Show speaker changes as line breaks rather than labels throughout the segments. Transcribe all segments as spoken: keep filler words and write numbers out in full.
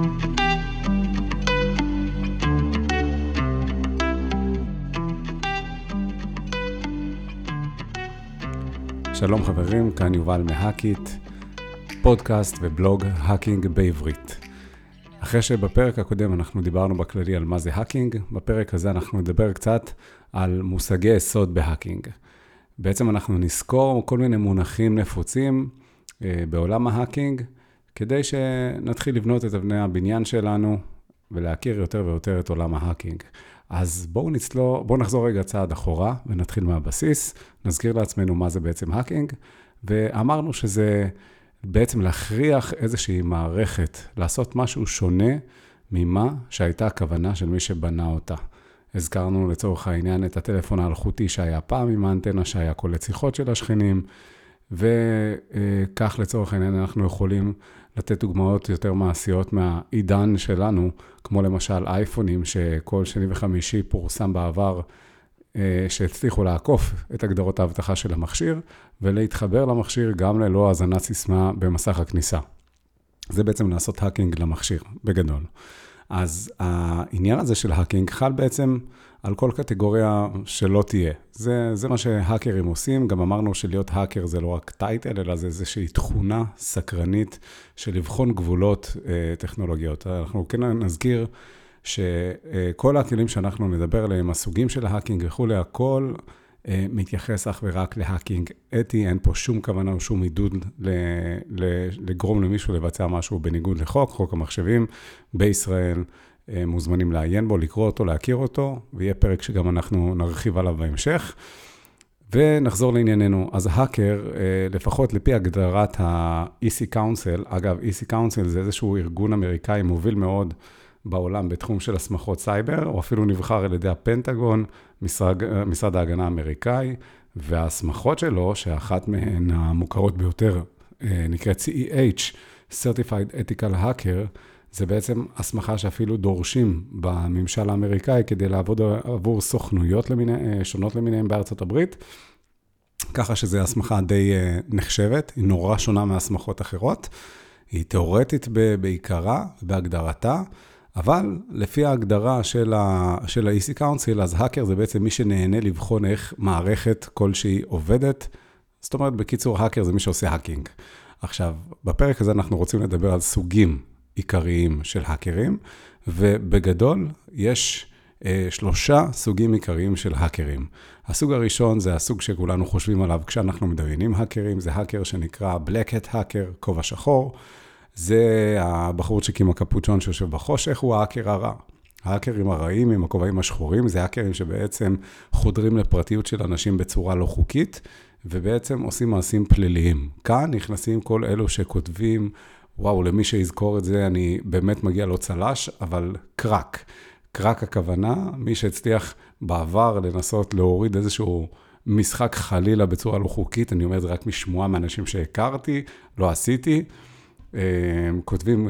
שלום חברים, כאן יובל מהאקיט, פודקאסט ובלוג האקינג בעברית. אחרי שבפרק הקודם אנחנו דיברנו בכללי על מה זה האקינג, בפרק הזה אנחנו נדבר קצת על מושגי יסוד בהאקינג. בעצם אנחנו נזכור כל מיני מונחים נפוצים אה, בעולם ההאקינג, כדי שנתחיל לבנות את אבני הבניין שלנו ולהכיר יותר ויותר את עולם ההאקינג. אז בואו נצלו, בואו נחזור רגע צעד אחורה ונתחיל מהבסיס, נזכיר לעצמנו מה זה בעצם האקינג, ואמרנו שזה בעצם להכריח איזושהי מערכת, לעשות משהו שונה ממה שהייתה הכוונה של מי שבנה אותה. הזכרנו לצורך העניין את הטלפון האלחוטי שהיה פעם עם האנטנה שהיה קולט שיחות של השכנים, וכך לצורך העניין אנחנו יכולים לתת דוגמאות יותר מעשיות מהעידן שלנו, כמו למשל אייפונים שכל שני וחמישי פורסם בעבר, שהצליחו לעקוף את הגדרות האבטחה של המכשיר, ולהתחבר למכשיר גם ללא הזנת סיסמה במסך הכניסה. זה בעצם לעשות האקינג למכשיר, בגדול. אז העניין הזה של האקינג חל בעצם על כל קטגוריה שלא תהיה. זה, זה מה שהאקרים עושים. גם אמרנו שלהיות האקר זה לא רק טייטל, אלא זה איזושהי תכונה סקרנית של לבחון גבולות אה, טכנולוגיות. אנחנו כן נזכיר שכל הכלים שאנחנו נדבר עליהם, הסוגים של ההאקינג וכו', הכל אה, מתייחס אך ורק להאקינג אתי, אין פה שום כוונה או שום עידוד ל, ל, לגרום למישהו לבצע משהו בניגוד לחוק, חוק המחשבים בישראל, מוזמנים לעיין בו, לקרוא אותו, להכיר אותו, ויהיה פרק שגם אנחנו נרחיב עליו בהמשך. ונחזור לענייננו. אז האקר, לפחות לפי הגדרת ה-E C Council, אגב, E C Council זה איזשהו ארגון אמריקאי מוביל מאוד בעולם בתחום של הסמכות סייבר, או אפילו נבחר על ידי הפנטגון, משרד, משרד ההגנה האמריקאי, והסמכות שלו, שאחת מהן המוכרות ביותר, נקראת C E H, Certified Ethical Hacker, זה בעצם הסמכה שאפילו דורשים בממשל האמריקאי כדי לעבוד עבור סוכנויות למיני, שונות למיניהם בארצות הברית, ככה שזה הסמכה די נחשבת, היא נורא שונה מהסמכות אחרות, היא תיאורטית בעיקרה, בהגדרתה, אבל לפי ההגדרה של ה, של ה-E C Council, אז האקר זה בעצם מי שנהנה לבחון איך מערכת כלשהי עובדת, זאת אומרת בקיצור האקר זה מי שעושה האקינג. עכשיו, בפרק הזה אנחנו רוצים לדבר על סוגים, עיקריים של האקרים, ובגדול יש אה, שלושה סוגים עיקריים של האקרים. הסוג הראשון זה הסוג שכולנו חושבים עליו כשאנחנו מדמיינים האקרים, זה האקר שנקרא Black Hat Hacker, כובע שחור, זה הבחורצ'יק עם הקפוצ'ון שיושב בחושך, הוא האקר הרע. האקרים הרעים עם הכובעים השחורים, זה האקרים שבעצם חודרים לפרטיות של אנשים בצורה לא חוקית, ובעצם עושים מעשים פליליים. כאן נכנסים כל אלו שכותבים, וואו, למי שיזכור את זה, אני באמת מגיע לו צלש, אבל קרק. קרק הכוונה, מי שהצליח בעבר לנסות להוריד איזשהו משחק חלילה בצורה לא חוקית, אני אומר את זה רק משמועה מאנשים שהכרתי, לא עשיתי, הם כותבים,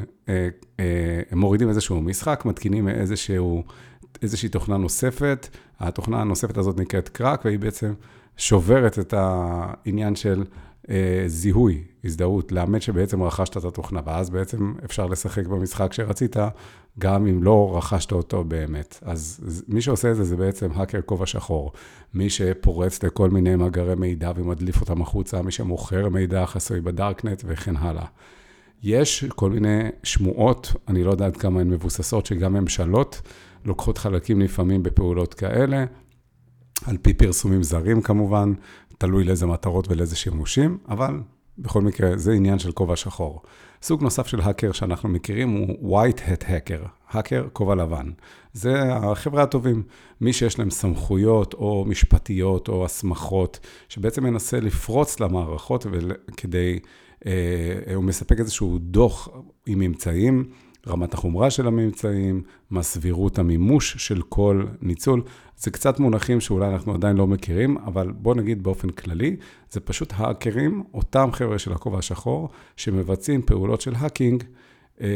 הם מורידים איזשהו משחק, מתקינים איזשהו, איזושהי תוכנה נוספת, התוכנה הנוספת הזאת נקראת קרק, והיא בעצם שוברת את העניין של זיהוי, הזדהות, לאמת שבעצם רכשת את התוכנה, ואז בעצם אפשר לשחק במשחק שרצית, גם אם לא רכשת אותו באמת. אז מי שעושה את זה, זה בעצם האקר כובע שחור. מי שפורץ לכל מיני מאגרי מידע ומדליף אותם החוצה, מי שמוכר מידע חסוי בדארקנט וכן הלאה. יש כל מיני שמועות, אני לא יודעת כמה הן מבוססות, שגם ממשלות לוקחות חלקים לפעמים בפעולות כאלה, על פי פרסומים זרים כמובן, תלוי לאיזה מטרות ולאיזה שימושים, אבל בכל מקרה זה עניין של כובע שחור. סוג נוסף של האקר שאנחנו מכירים הוא White Hat Hacker, האקר כובע לבן. זה החבר'ה הטובים, מי שיש להם סמכויות או משפטיות או הסמכות, שבעצם מנסה לפרוץ למערכות וכדי, אה, הוא מספק איזשהו דוח עם ממצאים, רמת החומרה של הממצאים, מה סבירות המימוש של כל ניצול. זה קצת מונחים שאולי אנחנו עדיין לא מכירים, אבל בוא נגיד באופן כללי, זה פשוט האקרים, אותם חבר'ה של הכובע השחור, שמבצעים פעולות של האקינג אה,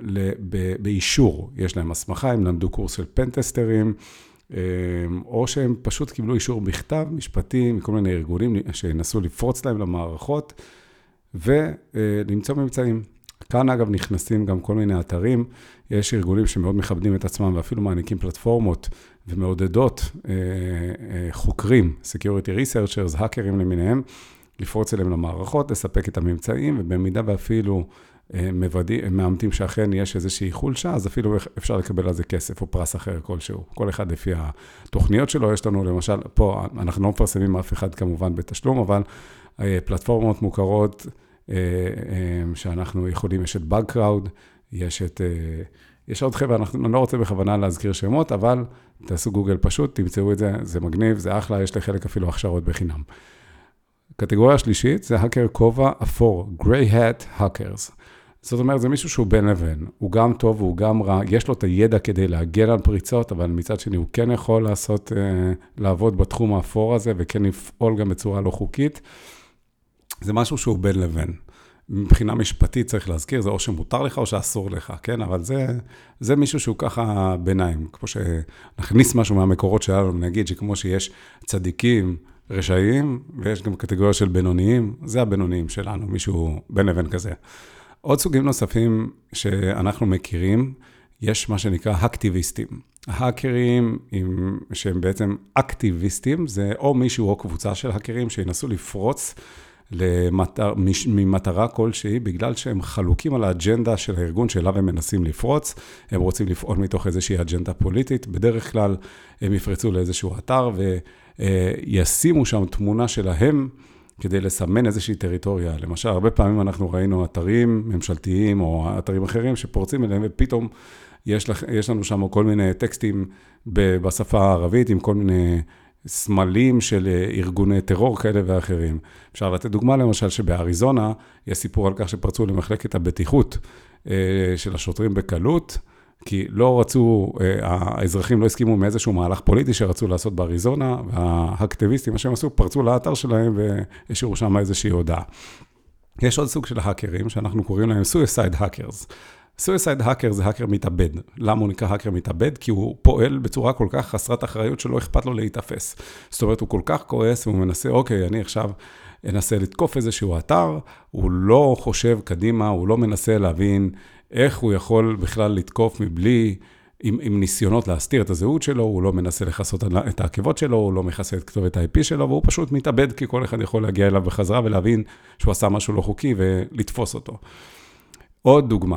ב- באישור. יש להם הסמכה, הם למדו קורס של פנטסטרים, אה, או שהם פשוט קיבלו אישור בכתב, משפטי, מכל מיני ארגונים שינסו לפרוץ להם למערכות, ולמצוא ממצאים. כאן אגב נכנסים גם כל מיני אתרים, יש ארגונים שמאוד מכבדים את עצמם ואפילו מעניקים פלטפורמות ומעודדות אה, אה, חוקרים, Security Researchers, האקרים למיניהם, לפרוץ אליהם למערכות, לספק את הממצאים, ובמידה ואפילו מבדים, מאמתים שאכן יש איזושהי חולשה, אז אפילו אפשר לקבל על זה כסף או פרס אחר כלשהו. כל אחד לפי התוכניות שלו, יש לנו למשל, פה אנחנו לא מפרסמים אף אחד כמובן בתשלום, אבל פלטפורמות מוכרות שאנחנו יכולים, יש את Bugcrowd, יש את, יש עוד חבר'ה, אני לא רוצה בכוונה להזכיר שמות, אבל תעשו גוגל פשוט, תמצאו את זה, זה מגניב, זה אחלה, יש לחלק אפילו הכשרות בחינם. קטגוריה שלישית זה האקר כובע אפור, Grey Hat Hackers. זאת אומרת, זה מישהו שהוא בין לבין, הוא גם טוב, הוא גם רע, יש לו את הידע כדי להגן על פריצות, אבל מצד שני הוא כן יכול לעשות, לעבוד בתחום האפור הזה, וכן לפעול גם בצורה לא חוקית. זה משהו שהוא בין לבין. מבחינה משפטית צריך להזכיר, זה או שמותר לך או שאסור לך, כן? אבל זה, זה מישהו שהוא ככה ביניים, כמו שנכניס משהו מהמקורות שלנו, נגיד שכמו שיש צדיקים, רשעים, ויש גם קטגוריה של בינוניים, זה הבינוניים שלנו, מישהו בין לבין כזה. עוד סוגים נוספים שאנחנו מכירים, יש מה שנקרא אקטיביסטים. האקרים שהם בעצם אקטיביסטים, זה או מישהו או קבוצה של האקרים שינסו לפרוץ למטר, ממטרה כלשהי, בגלל שהם חלוקים על האג'נדה של הארגון שאליו הם מנסים לפרוץ, הם רוצים לפעול מתוך איזושהי אג'נדה פוליטית, בדרך כלל הם יפרצו לאיזשהו אתר וישימו שם תמונה שלהם, כדי לסמן איזושהי טריטוריה. למשל, הרבה פעמים אנחנו ראינו אתרים ממשלתיים או אתרים אחרים שפורצים אליהם, ופתאום יש, לכ... יש לנו שם כל מיני טקסטים בשפה הערבית, עם כל מיני סמלים של ארגוני טרור כאלה ואחרים. אפשר לתת דוגמה למשל שבאריזונה, יש סיפור על כך שפרצו למחלקת הבטיחות של השוטרים בקלות, כי לא רצו, האזרחים לא הסכימו מאיזשהו מהלך פוליטי שרצו לעשות באריזונה, והאקטיביסטים, מה שהם עשו, פרצו לאתר שלהם והשאירו שם איזושהי הודעה. יש עוד סוג של האקרים, שאנחנו קוראים להם Suicide Hackers. Suicide Hacker זה האקר מתאבד. למה הוא נקרא האקר מתאבד? כי הוא פועל בצורה כל כך חסרת אחריות שלא אכפת לו להתאפס. זאת אומרת, הוא כל כך כועס והוא מנסה, אוקיי, אני עכשיו אנסה לתקוף איזשהו אתר, הוא לא חושב קדימה, הוא לא מנסה להבין איך הוא יכול בכלל לתקוף מבלי, עם, עם ניסיונות להסתיר את הזהות שלו, הוא לא מנסה לחסות את העקבות שלו, הוא לא מכסה את כתובת ה-איי פי שלו, והוא פשוט מתאבד, כי כל אחד יכול להגיע אליו בחזרה ולהבין שהוא עשה משהו לא חוקי ולתפוס אותו. עוד דוגמה,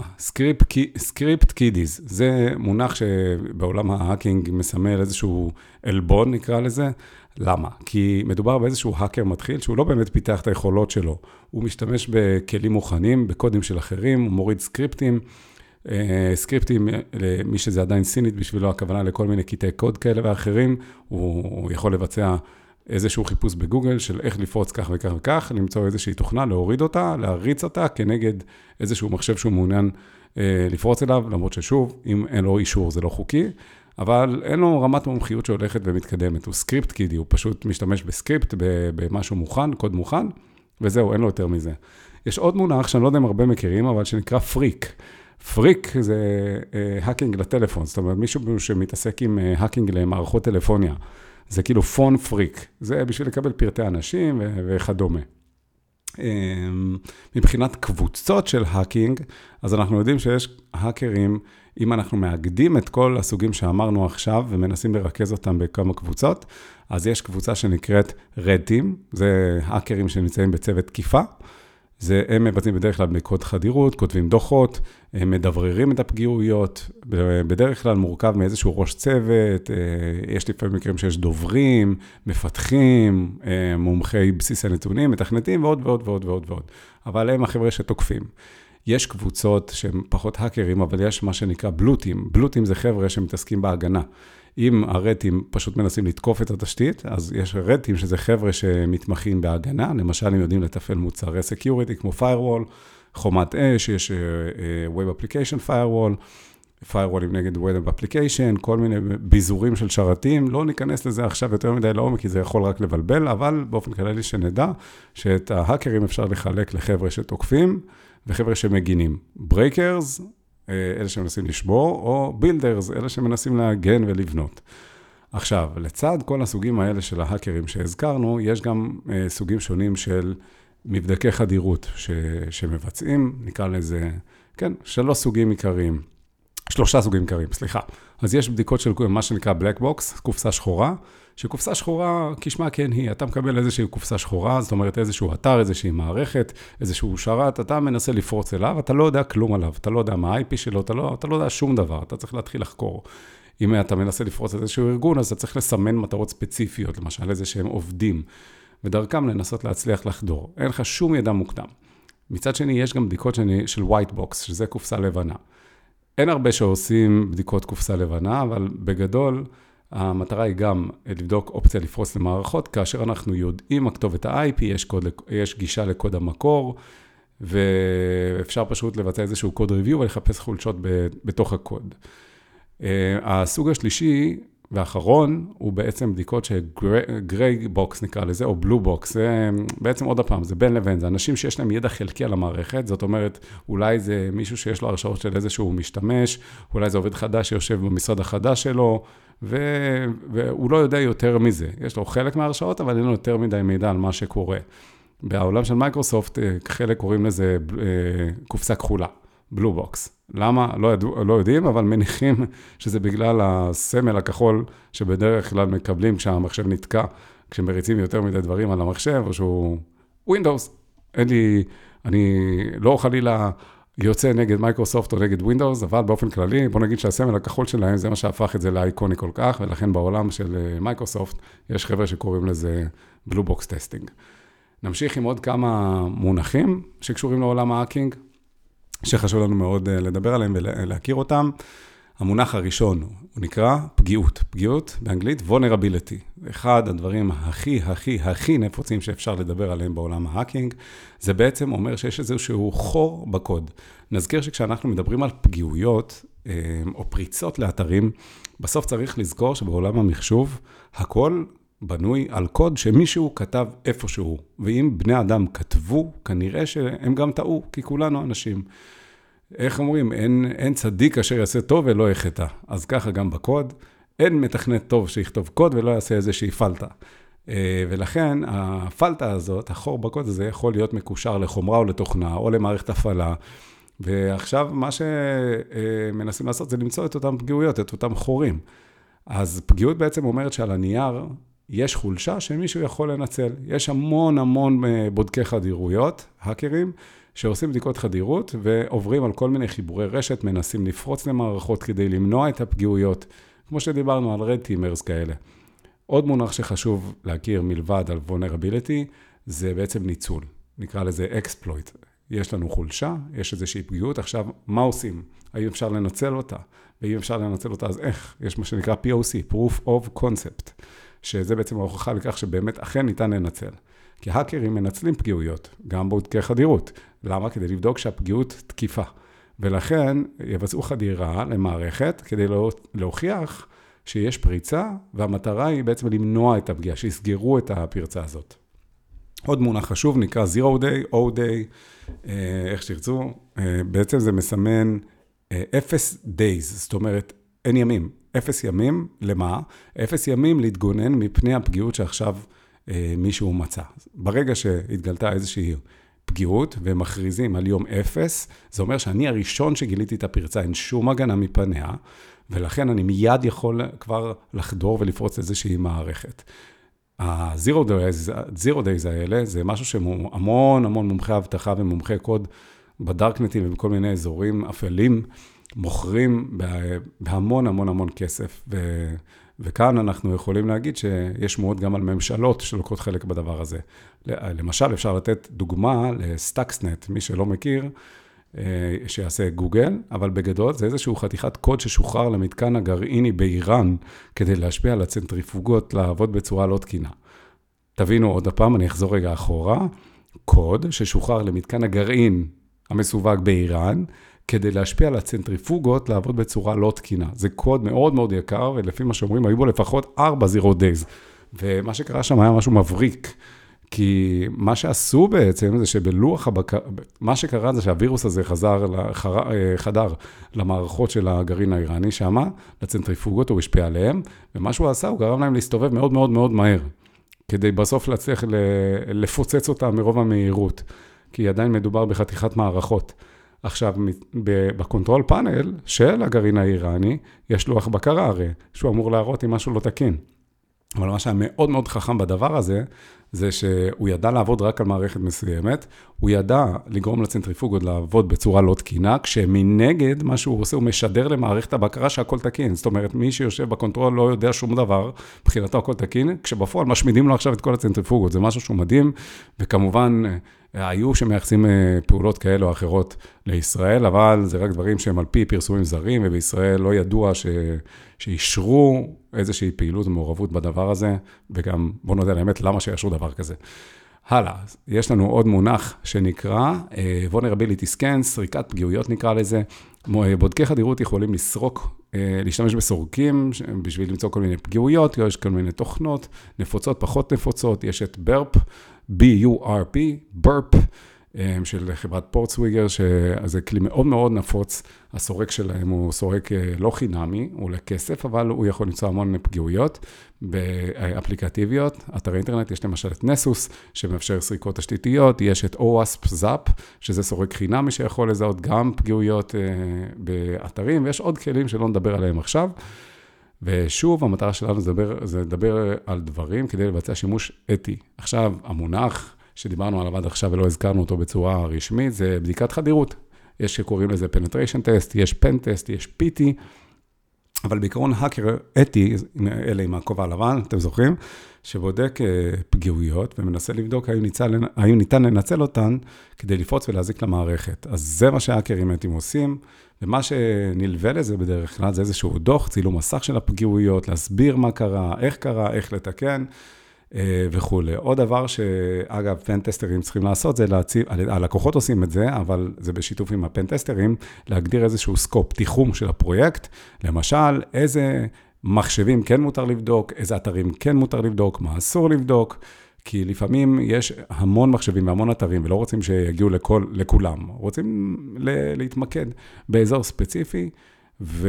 סקריפט קידיז, זה מונח שבעולם ההאקינג מסמל איזשהו אלבון, נקרא לזה. למה? כי מדובר באיזשהו האקר מתחיל, שהוא לא באמת פיתח את היכולות שלו. הוא משתמש בכלים מוכנים, בקודים של אחרים, הוא מוריד סקריפטים. סקריפטים, למי שזה עדיין סינית בשבילו, הכוונה לכל מיני קטעי קוד כאלה ואחרים, הוא יכול לבצע איזשהו חיפוש בגוגל של איך לפרוץ כך וכך וכך, למצוא איזושהי תוכנה, להוריד אותה, להריץ אותה כנגד איזשהו מחשב שהוא מעוניין לפרוץ אליו, למרות ששוב, אם אין לו אישור זה לא חוקי, אבל אין לו רמת מומחיות שהולכת ומתקדמת, הוא סקריפט קידי, הוא פשוט משתמש בסקריפט, במשהו מוכן, קוד מוכן, וזהו, אין לו יותר מזה. יש עוד מונח שאני לא יודע אם הרבה מכירים, אבל שנקרא פריק. פריק זה האקינג לטלפון, זאת אומרת, מישהו שמתעסק עם האקינג למערכות טלפוניה. זה כאילו פון פריק, זה בשביל לקבל פרטי אנשים וכדומה. מבחינת קבוצות של האקינג, אז אנחנו יודעים שיש האקרים, אם אנחנו מאגדים את כל הסוגים שאמרנו עכשיו, ומנסים לרכז אותם בכמה קבוצות, אז יש קבוצה שנקראת Red Team, זה האקרים שנמצאים בצוות תקיפה, זה, הם מבצעים בדרך כלל בקוד חדירות, כותבים דוחות, הם מדבררים את הפגיעויות, בדרך כלל מורכב מאיזשהו ראש צוות, יש לפעמים מקרים שיש דוברים, מפתחים, מומחי בסיס הנתונים, מתכנתים ועוד ועוד ועוד ועוד ועוד. אבל הם החבר'ה שתוקפים. יש קבוצות שהם פחות האקרים, אבל יש מה שנקרא בלוטים. בלוטים זה חבר'ה שמתעסקים בהגנה. אם הרטים פשוט מנסים לתקוף את התשתית, אז יש רטים שזה חבר'ה שמתמחים בהגנה, למשל הם יודעים לתפעל מוצרי סקיוריטי כמו firewall, חומת אש, יש Web Application Firewall, firewall נגד Web Application, כל מיני ביזורים של שרתים, לא ניכנס לזה עכשיו יותר מדי לעומק, כי זה יכול רק לבלבל, אבל באופן כללי שנדע שאת ההאקרים אפשר לחלק לחבר'ה שתוקפים, וחבר'ה שמגינים. Breakers, אלה שמנסים לשבור, או בילדרס, אלה שמנסים להגן ולבנות. עכשיו, לצד כל הסוגים האלה של ההאקרים שהזכרנו, יש גם סוגים שונים של מבדקי חדירות ש, שמבצעים, נקרא לזה כן, שלוש סוגים עיקריים. שלושה סוגים עיקריים, סליחה. אז יש בדיקות של מה שנקרא black box, קופסה שחורה, שקופסה שחורה, כשמה כן היא, אתה מקבל איזושהי קופסה שחורה, זאת אומרת איזשהו אתר, איזושהי מערכת, איזשהו שרת, אתה מנסה לפרוץ אליו, אתה לא יודע כלום עליו, אתה לא יודע מה ה-איי פי שלו, אתה לא, אתה לא יודע שום דבר, אתה צריך להתחיל לחקור. אם אתה מנסה לפרוץ איזשהו ארגון, אז אתה צריך לסמן מטרות ספציפיות, למשל איזה שהם עובדים, ודרכם לנסות להצליח לחדור. אין לך שום ידע מוקדם. מצד שני, יש גם בדיקות שני, של white box, שזה קופסה לבנה. אין הרבה שעושים בדיקות קופסה לבנה, אבל בגדול, המטרה היא גם לבדוק אופציה לפרוץ למערכות, כאשר אנחנו יודעים מה כתובת ה-איי פי, יש, קוד, יש גישה לקוד המקור, ואפשר פשוט לבצע איזשהו קוד ריוויו, ולחפש חולשות בתוך הקוד. הסוג השלישי והאחרון, הוא בעצם בדיקות של גריי בוקס נקרא לזה, או בלו בוקס, זה בעצם עוד הפעם, זה בין לבין, זה אנשים שיש להם ידע חלקי על המערכת, זאת אומרת, אולי זה מישהו שיש לו הרשאות של איזשהו משתמש, אולי זה עובד חדש שיושב במשרד החדש שלו, ו... והוא לא יודע יותר מזה. יש לו חלק מההרשאות, אבל אין לו יותר מדי מידע על מה שקורה. בעולם של מייקרוסופט, חלק קוראים לזה קופסה כחולה, בלו בוקס. למה? לא, ידוע, לא יודעים, אבל מניחים שזה בגלל הסמל הכחול שבדרך כלל מקבלים כשהמחשב נתקע, כשמריצים יותר מדי דברים על המחשב, או שהוא Windows. אין לי, אני לא חלילה יוצא נגד מייקרוסופט או נגד Windows, אבל באופן כללי, בוא נגיד שהסמל הכחול שלהם זה מה שהפך את זה לאיקוני כל כך, ולכן בעולם של מייקרוסופט יש חבר'ה שקוראים לזה בלו בוקס טסטינג. נמשיך עם עוד כמה מונחים שקשורים לעולם ההאקינג, שחשוב לנו מאוד לדבר עליהם ולהכיר אותם. המונח הראשון הוא נקרא פגיעות. פגיעות באנגלית vulnerability. אחד הדברים הכי הכי הכי נפוצים שאפשר לדבר עליהם בעולם ההאקינג, זה בעצם אומר שיש איזשהו חור בקוד. נזכיר שכשאנחנו מדברים על פגיעויות או פריצות לאתרים, בסוף צריך לזכור שבעולם המחשוב הכל בנוי על קוד שמישהו כתב איפשהו, ואם בני אדם כתבו, כנראה שהם גם טעו, כי כולנו אנשים. איך אומרים? אין, אין צדיק אשר יעשה טוב ולא יחטא. אז ככה גם בקוד, אין מתכנת טוב שיכתוב קוד ולא יעשה איזושהי פלטה. ולכן הפלטה הזאת, החור בקוד הזה, יכול להיות מקושר לחומרה או לתוכנה, או למערכת הפעלה. ועכשיו מה שמנסים לעשות זה למצוא את אותם פגיעויות, את אותם חורים. אז פגיעות בעצם אומרת שעל הנייר יש חולשה שמישהו יכול לנצל. יש המון המון בודקי חדירויות, האקרים, שעושים בדיקות חדירות ועוברים על כל מיני חיבורי רשת, מנסים לפרוץ למערכות כדי למנוע את הפגיעויות, כמו שדיברנו על רד טימרס כאלה. עוד מונח שחשוב להכיר מלבד על vulnerability, זה בעצם ניצול. נקרא לזה exploit. יש לנו חולשה, יש איזושהי פגיעות, עכשיו מה עושים? האם אפשר לנצל אותה? ואם אפשר לנצל אותה, אז איך? יש מה שנקרא פי או סי, Proof of Concept, שזה בעצם ההוכחה לכך שבאמת אכן ניתן לנצל. כי האקרים מנצלים פגיעויות, גם בודקי חדירות. למה? כדי לבדוק שהפגיעות תקיפה. ולכן יבצעו חדירה למערכת כדי להוכיח שיש פריצה, והמטרה היא בעצם למנוע את הפגיעה, שיסגרו את הפרצה הזאת. עוד מונח חשוב נקרא zero day, O day, איך שתרצו, בעצם זה מסמן אפס days, זאת אומרת אין ימים, אפס ימים למה? אפס ימים להתגונן מפני הפגיעות שעכשיו מישהו מצא. ברגע שהתגלתה איזושהי פגיעות ומכריזים על יום אפס, זה אומר שאני הראשון שגיליתי את הפרצה, אין שום הגנה מפניה, ולכן אני מיד יכול כבר לחדור ולפרוץ איזושהי מערכת. ה-Zero Days, Zero Days האלה, זה משהו שהמון המון מומחי אבטחה ומומחי קוד בדארקנטים ובכל מיני אזורים אפלים, מוכרים בהמון המון המון כסף. ו... וכאן אנחנו יכולים להגיד שיש מאוד גם על ממשלות שלוקחות חלק בדבר הזה. למשל, אפשר לתת דוגמה לסטאקסנט, מי שלא מכיר, שיעשה גוגל, אבל בגדול זה איזשהו חתיכת קוד ששוחרר למתקן הגרעיני באיראן, כדי להשפיע על הצנטריפוגות לעבוד בצורה לא תקינה. תבינו עוד הפעם, אני אחזור רגע אחורה, קוד ששוחרר למתקן הגרעין המסווג באיראן, כדי להשפיע על הצנטריפוגות לעבוד בצורה לא תקינה. זה קוד מאוד מאוד יקר, ולפי מה שאומרים, היו בו לפחות ארבע זירו דייז. ומה שקרה שם היה משהו מבריק, כי מה שעשו בעצם זה שבלוח הבקר, מה שקרה זה שהווירוס הזה חזר, חדר למערכות של הגרעין האיראני שם, לצנטריפוגות, הוא השפיע עליהם, ומה שהוא עשה, הוא גרם להם להסתובב מאוד מאוד מאוד מהר, כדי בסוף להצליח לפוצץ אותה מרוב המהירות, כי עדיין מדובר בחתיכת מערכות. עכשיו, בקונטרול פאנל של הגרעין האיראני, יש לוח בקרה הרי, שהוא אמור להראות אם משהו לא תקין. אבל מה שהיה מאוד מאוד חכם בדבר הזה, זה שהוא ידע לעבוד רק על מערכת מסוימת, הוא ידע לגרום לצנטריפוגות לעבוד בצורה לא תקינה, כשמנגד מה שהוא עושה, הוא משדר למערכת הבקרה שהכל תקין. זאת אומרת, מי שיושב בקונטרול לא יודע שום דבר, מבחינתו הכל תקין, כשבפועל משמידים לו עכשיו את כל הצנטריפוגות. זה משהו שהוא מדהים, וכמובן, היו שמייחסים פעולות כאלה או אחרות לישראל, אבל זה רק דברים שהם על פי פרסומים זרים, ובישראל לא ידוע ש... שישרו איזושהי פעילות ומעורבות בדבר הזה, וגם בוא נודע לאמת למה שישרו דבר כזה. הלאה, יש לנו עוד מונח שנקרא vulnerability scan, סריקת פגיעויות נקרא לזה. בודקי חדירות יכולים לסרוק, להשתמש בסורקים בשביל למצוא כל מיני פגיעויות, יש כל מיני תוכנות, נפוצות, פחות נפוצות, יש את ברפ, B-U-R-P, ברפ, של חברת פורטסוויגר, שזה כלי מאוד מאוד נפוץ, הסורק שלהם הוא סורק לא חינמי, הוא לכסף, אבל הוא יכול למצוא המון פגיעויות באפליקטיביות. אתרי אינטרנט, יש למשל את נסוס, שמאפשר סריקות תשתיתיות, יש את או-וואספ זאפ, שזה סורק חינמי שיכול לזהות גם פגיעויות באתרים, ויש עוד כלים שלא נדבר עליהם עכשיו. ושוב, המטרה שלנו זה לדבר, זה לדבר על דברים כדי לבצע שימוש אתי. עכשיו, המונח שדיברנו עליו עד עכשיו ולא הזכרנו אותו בצורה רשמית, זה בדיקת חדירות. יש שקוראים לזה penetration test, יש pen test, יש פי טי, אבל בעיקרון האקר אתי, אלה עם הכובע הלבן, אתם זוכרים, שבודק פגיעויות ומנסה לבדוק האם ניצל, האם ניתן לנצל אותן כדי לפרוץ ולהזיק למערכת. אז זה מה שהאקרים אתיים עושים, ומה שנלווה לזה בדרך כלל זה איזשהו דוח, צילום מסך של הפגיעויות, להסביר מה קרה, איך קרה, איך לתקן, וכו'. עוד דבר שאגב, פנטסטרים צריכים לעשות, זה להציב, הלקוחות עושים את זה, אבל זה בשיתוף עם הפנטסטרים, להגדיר איזשהו סקופ, תיחום של הפרויקט, למשל, איזה מחשבים כן מותר לבדוק, איזה אתרים כן מותר לבדוק, מה אסור לבדוק, כי לפעמים יש המון מחשבים והמון אתרים, ולא רוצים שיגיעו לכל, לכולם, רוצים להתמקד באזור ספציפי, ו...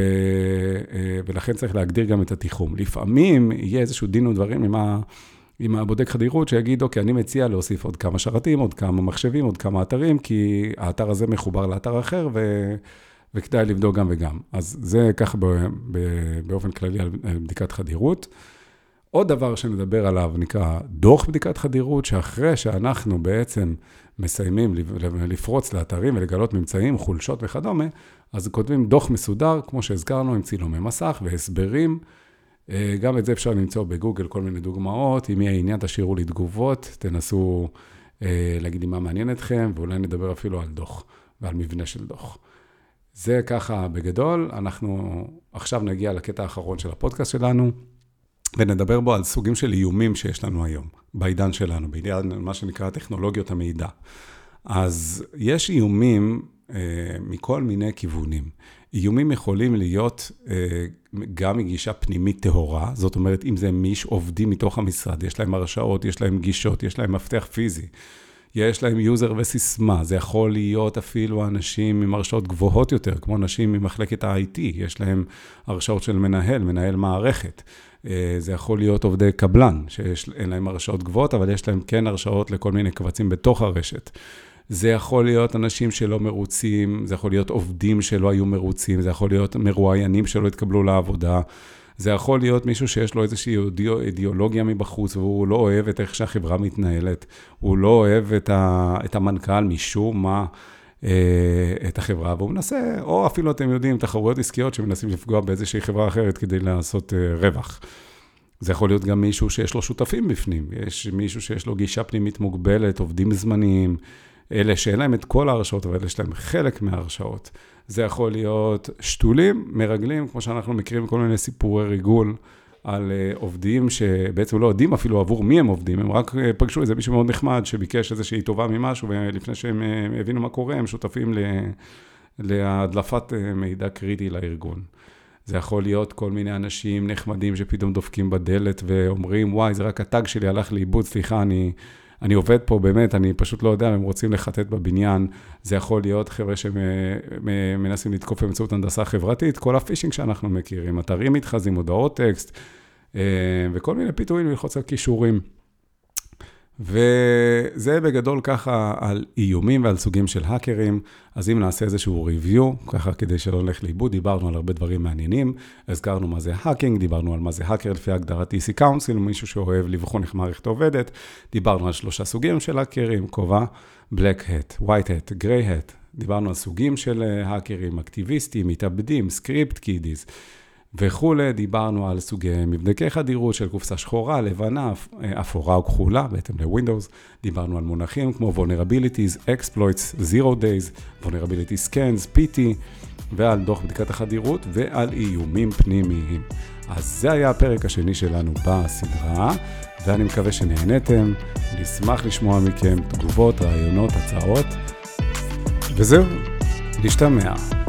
ולכן צריך להגדיר גם את התיחום. לפעמים יהיה איזשהו דין ודברים עם ה... עם הבודק חדירות שיגיד, אוקיי, אני מציע להוסיף עוד כמה שרתים, עוד כמה מחשבים, עוד כמה אתרים, כי האתר הזה מחובר לאתר אחר, ו... וכדאי לבדוק גם וגם. אז זה ככה ב... ב... באופן כללי על בדיקת חדירות. עוד דבר שנדבר עליו נקרא דוח בדיקת חדירות, שאחרי שאנחנו בעצם מסיימים לפרוץ לאתרים ולגלות ממצאים, חולשות וכדומה, אז כותבים דוח מסודר, כמו שהזכרנו, עם צילומי מסך והסברים. גם את זה אפשר למצוא בגוגל, כל מיני דוגמאות. אם יהיה עניין, תשאירו לי תגובות, תנסו להגיד לי מה מעניין אתכם, ואולי נדבר אפילו על דוח ועל מבנה של דוח. זה ככה בגדול. אנחנו עכשיו נגיע לקטע האחרון של הפודקאסט שלנו, ונדבר בו על סוגים של איומים שיש לנו היום, בעידן שלנו, בעידן מה שנקרא טכנולוגיות המידע. אז יש איומים אה, מכל מיני כיוונים. איומים יכולים להיות אה, גם מגישה פנימית טהורה, זאת אומרת, אם זה מיש עובדים מתוך המשרד, יש להם הרשאות, יש להם גישות, יש להם מפתח פיזי, יש להם יוזר וסיסמה, זה יכול להיות אפילו אנשים עם הרשאות גבוהות יותר, כמו אנשים ממחלקת ה-איי טי, יש להם הרשאות של מנהל, מנהל מערכת. זה יכול להיות עובדי קבלן, שאין להם הרשאות גבוהות, אבל יש להם כן הרשאות לכל מיני קבצים בתוך הרשת. זה יכול להיות אנשים שלא מרוצים, זה יכול להיות עובדים שלא היו מרוצים, זה יכול להיות מרואיינים שלא התקבלו לעבודה, זה יכול להיות מישהו שיש לו איזושהי אידיאולוגיה מבחוץ, והוא לא אוהב את איך שהחברה מתנהלת, הוא לא אוהב את, ה, את המנכ"ל משום מה, את החברה, והוא מנסה, או אפילו אתם יודעים, תחרויות עסקיות שמנסים לפגוע באיזושהי חברה אחרת כדי לעשות רווח. זה יכול להיות גם מישהו שיש לו שותפים בפנים, יש מישהו שיש לו גישה פנימית מוגבלת, עובדים זמניים, אלה שאין להם את כל ההרשאות, אבל יש להם חלק מההרשאות. זה יכול להיות שתולים, מרגלים, כמו שאנחנו מכירים כל מיני סיפורי ריגול, על עובדים שבעצם לא יודעים אפילו עבור מי הם עובדים, הם רק פגשו איזה מישהו מאוד נחמד שביקש איזושהי טובה ממשהו, ולפני שהם הבינו מה קורה, הם שותפים להדלפת מידע קריטי לארגון. זה יכול להיות כל מיני אנשים נחמדים שפתאום דופקים בדלת ואומרים, וואי, זה רק הטאג שלי הלך לאיבוד, סליחה, אני, אני עובד פה באמת, אני פשוט לא יודע, הם רוצים לחטט בבניין. זה יכול להיות חבר'ה שמנסים לתקוף באמצעות הנדסה חברתית, כל הפישינג שאנחנו מכירים, אתרים מתחזים, הודעות טקסט, וכל מיני פיתויים ללחוץ על קישורים. וזה בגדול ככה על איומים ועל סוגים של האקרים, אז אם נעשה איזשהו ריוויו, ככה כדי שלא נלך לאיבוד, דיברנו על הרבה דברים מעניינים, הזכרנו מה זה האקינג, דיברנו על מה זה האקר לפי הגדרת טי סי Council, מישהו שאוהב לבחון איך מערכת עובדת, דיברנו על שלושה סוגים של האקרים, כובע, Black Hat, White Hat, Gray Hat, דיברנו על סוגים של האקרים, אקטיביסטים, מתאבדים, סקריפט קידיז, וכו', דיברנו על סוגי מבדקי חדירות של קופסה שחורה, לבנה, אפורה או כחולה, בהתאם לווינדוס. דיברנו על מונחים כמו vulnerabilities, exploits, zero days, vulnerability scans, פי טי, ועל דוח בדיקת החדירות, ועל איומים פנימיים. אז זה היה הפרק השני שלנו בסדרה, ואני מקווה שנהנתם. נשמח לשמוע מכם תגובות, רעיונות, הצעות, וזהו, נשתמע.